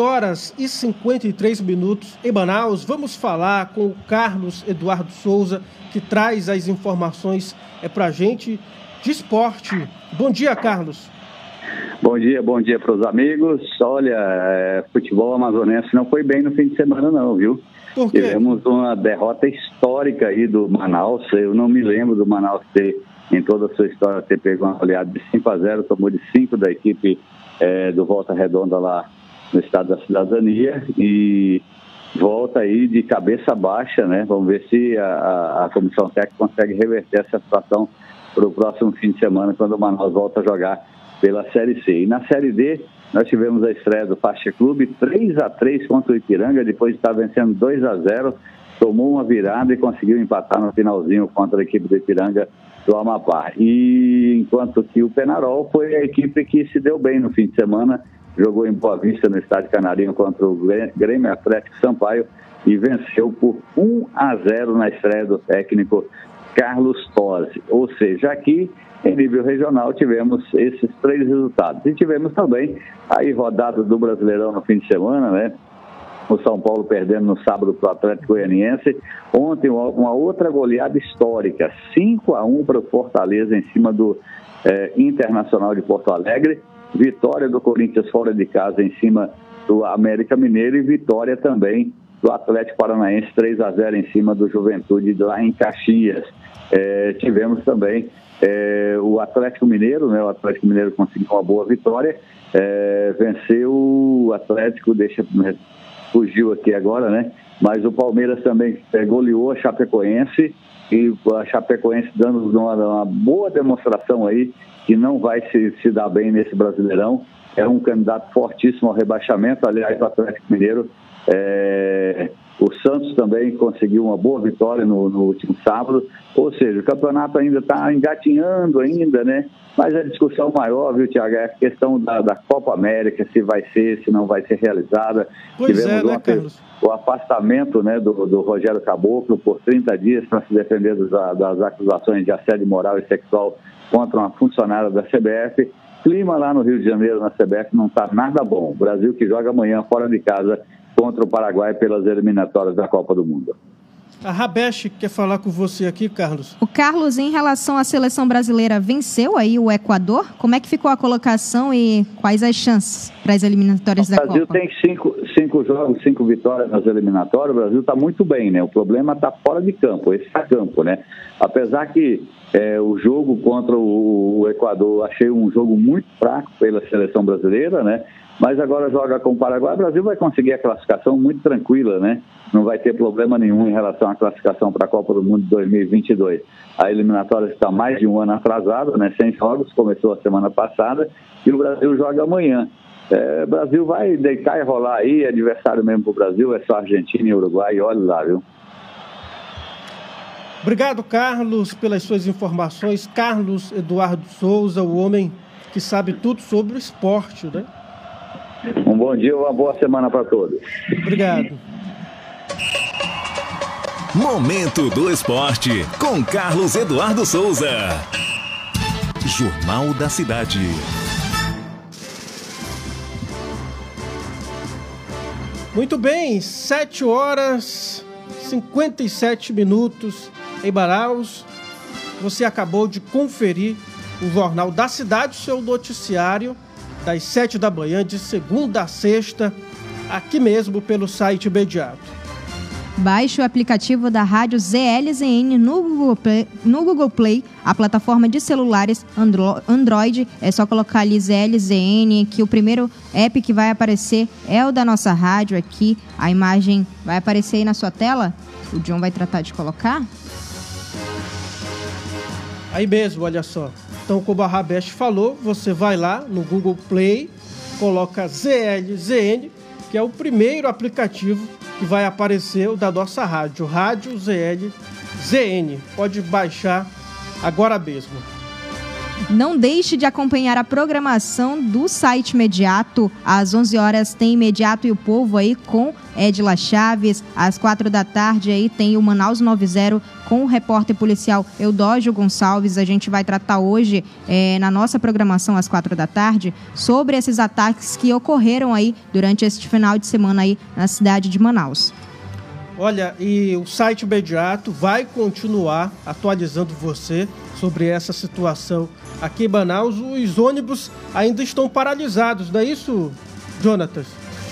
7h53 em Manaus. Vamos falar com o Carlos Eduardo Souza, que traz as informações para a gente de esporte. Bom dia, Carlos. Bom dia para os amigos. Olha, futebol amazonense não foi bem no fim de semana não, viu? Por quê? Tivemos uma derrota histórica aí do Manaus. Eu não me lembro do Manaus ter, em toda a sua história, ter pego uma goleada de 5-0, tomou de 5 da equipe do Volta Redonda lá no estado da Cidadania e volta aí de cabeça baixa, né? Vamos ver se a comissão técnica consegue reverter essa situação para o próximo fim de semana, quando o Manaus volta a jogar pela Série C. E na Série D, nós tivemos a estreia do Faixa Clube, 3-3 contra o Ipiranga, depois de estar vencendo 2-0 tomou uma virada e conseguiu empatar no finalzinho contra a equipe do Ipiranga do Amapá. E enquanto que o Penharol foi a equipe que se deu bem no fim de semana, jogou em Boa Vista no Estádio Canarinho contra o Grêmio Atlético Sampaio e venceu por 1-0 na estreia do técnico Carlos Tosi. Ou seja, aqui em nível regional tivemos esses 3 resultados. E tivemos também aí rodada do Brasileirão no fim de semana, né? O São Paulo perdendo no sábado para o Atlético Goianiense. Ontem uma outra goleada histórica, 5-1 para o Fortaleza em cima do Internacional de Porto Alegre. Vitória do Corinthians fora de casa em cima do América Mineiro e vitória também do Atlético Paranaense 3-0 em cima do Juventude lá em Caxias. Tivemos também o Atlético Mineiro, né? O Atlético Mineiro conseguiu uma boa vitória, venceu o Atlético, fugiu aqui agora, né? Mas o Palmeiras também goleou a Chapecoense e a Chapecoense dando uma boa demonstração aí que não vai se dar bem nesse Brasileirão. É um candidato fortíssimo ao rebaixamento. Aliás, o Atlético Mineiro, o Santos também conseguiu uma boa vitória no último sábado. Ou seja, o campeonato ainda está engatinhando ainda, né? Mas a discussão maior, viu, Thiago, é a questão da Copa América, se vai ser, se não vai ser realizada. Tivemos Carlos? O afastamento, né, do Rogério Caboclo por 30 dias para se defender das acusações de assédio moral e sexual contra uma funcionária da CBF. Clima lá no Rio de Janeiro, na CBF, não está nada bom. O Brasil que joga amanhã fora de casa contra o Paraguai pelas eliminatórias da Copa do Mundo. A Rabesh quer falar com você aqui, Carlos. O Carlos, em relação à seleção brasileira, venceu aí o Equador? Como é que ficou a colocação e quais as chances para as eliminatórias da Copa? O Brasil tem 5 jogos, 5 vitórias nas eliminatórias. O Brasil está muito bem, né? O problema está fora de campo, extra-campo, né? Apesar que o jogo contra o Equador, achei um jogo muito fraco pela seleção brasileira, né? Mas agora joga com o Paraguai. O Brasil vai conseguir a classificação muito tranquila, né? Não vai ter problema nenhum em relação à classificação para a Copa do Mundo de 2022. A eliminatória está mais de um ano atrasada, né? 100 jogos, começou a semana passada e o Brasil joga amanhã. O Brasil vai deitar e rolar aí, adversário mesmo para o Brasil, é só Argentina e Uruguai, olha lá, viu? Obrigado, Carlos, pelas suas informações. Carlos Eduardo Souza, o homem que sabe tudo sobre o esporte, né? Um bom dia, uma boa semana para todos. Obrigado. Momento do Esporte, com Carlos Eduardo Souza. Jornal da Cidade. Muito bem, 7h57 em Manaus. Você acabou de conferir o Jornal da Cidade, seu noticiário, das 7 da manhã, de segunda a sexta, aqui mesmo pelo site imediato. Baixe o aplicativo da rádio ZLZN no Google Play, a plataforma de celulares Android. É só colocar ali ZLZN, que o primeiro app que vai aparecer é o da nossa rádio aqui. A imagem vai aparecer aí na sua tela. O John vai tratar de colocar. Aí mesmo, olha só. Então, como a Rabesh falou, você vai lá no Google Play, coloca ZLZN, que é o primeiro aplicativo que vai aparecer, o da nossa rádio, Rádio ZLZN. Pode baixar agora mesmo. Não deixe de acompanhar a programação do site Imediato. Às 11 horas tem Imediato e o Povo aí com Edila Chaves. Às 4 da tarde aí tem o Manaus 90 com o repórter policial Eudógio Gonçalves. A gente vai tratar hoje, na nossa programação às 4 da tarde, sobre esses ataques que ocorreram aí durante este final de semana aí na cidade de Manaus. Olha, e o site Imediato vai continuar atualizando você sobre essa situação aqui em Manaus. Os ônibus ainda estão paralisados, não é isso, Jonatas?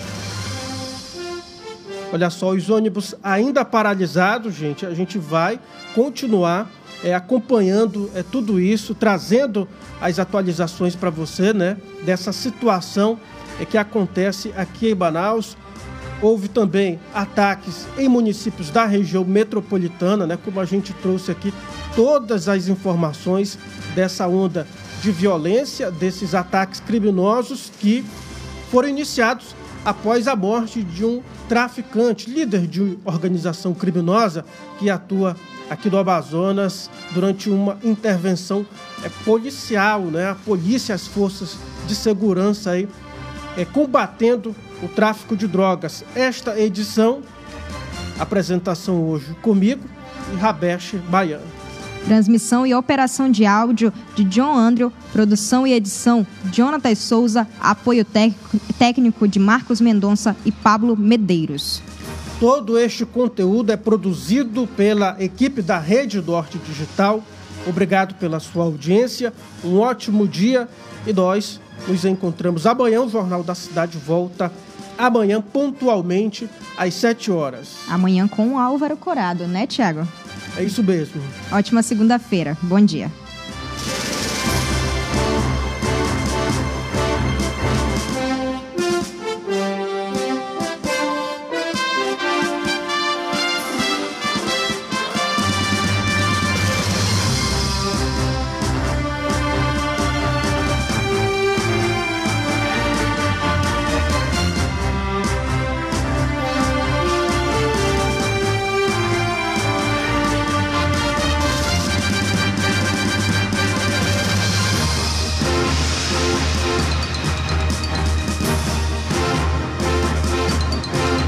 Olha só, os ônibus ainda paralisados, gente. A gente vai continuar acompanhando tudo isso, trazendo as atualizações para você, né? Dessa situação que acontece aqui em Manaus. Houve também ataques em municípios da região metropolitana, né? Como a gente trouxe aqui todas as informações dessa onda de violência, desses ataques criminosos que foram iniciados após a morte de um traficante, líder de organização criminosa que atua aqui do Amazonas durante uma intervenção policial, né? A polícia e as forças de segurança aí combatendo o tráfico de drogas. Esta edição, apresentação hoje comigo e Rabeste Baiano. Transmissão e operação de áudio de John Andrew, produção e edição Jonathan Souza, apoio técnico de Marcos Mendonça e Pablo Medeiros. Todo este conteúdo é produzido pela equipe da Rede Norte Digital. Obrigado pela sua audiência, um ótimo dia e nós nos encontramos amanhã. O Jornal da Cidade volta amanhã pontualmente às 7 horas. Amanhã com o Álvaro Corado, né, Tiago? É isso mesmo. Ótima segunda-feira. Bom dia.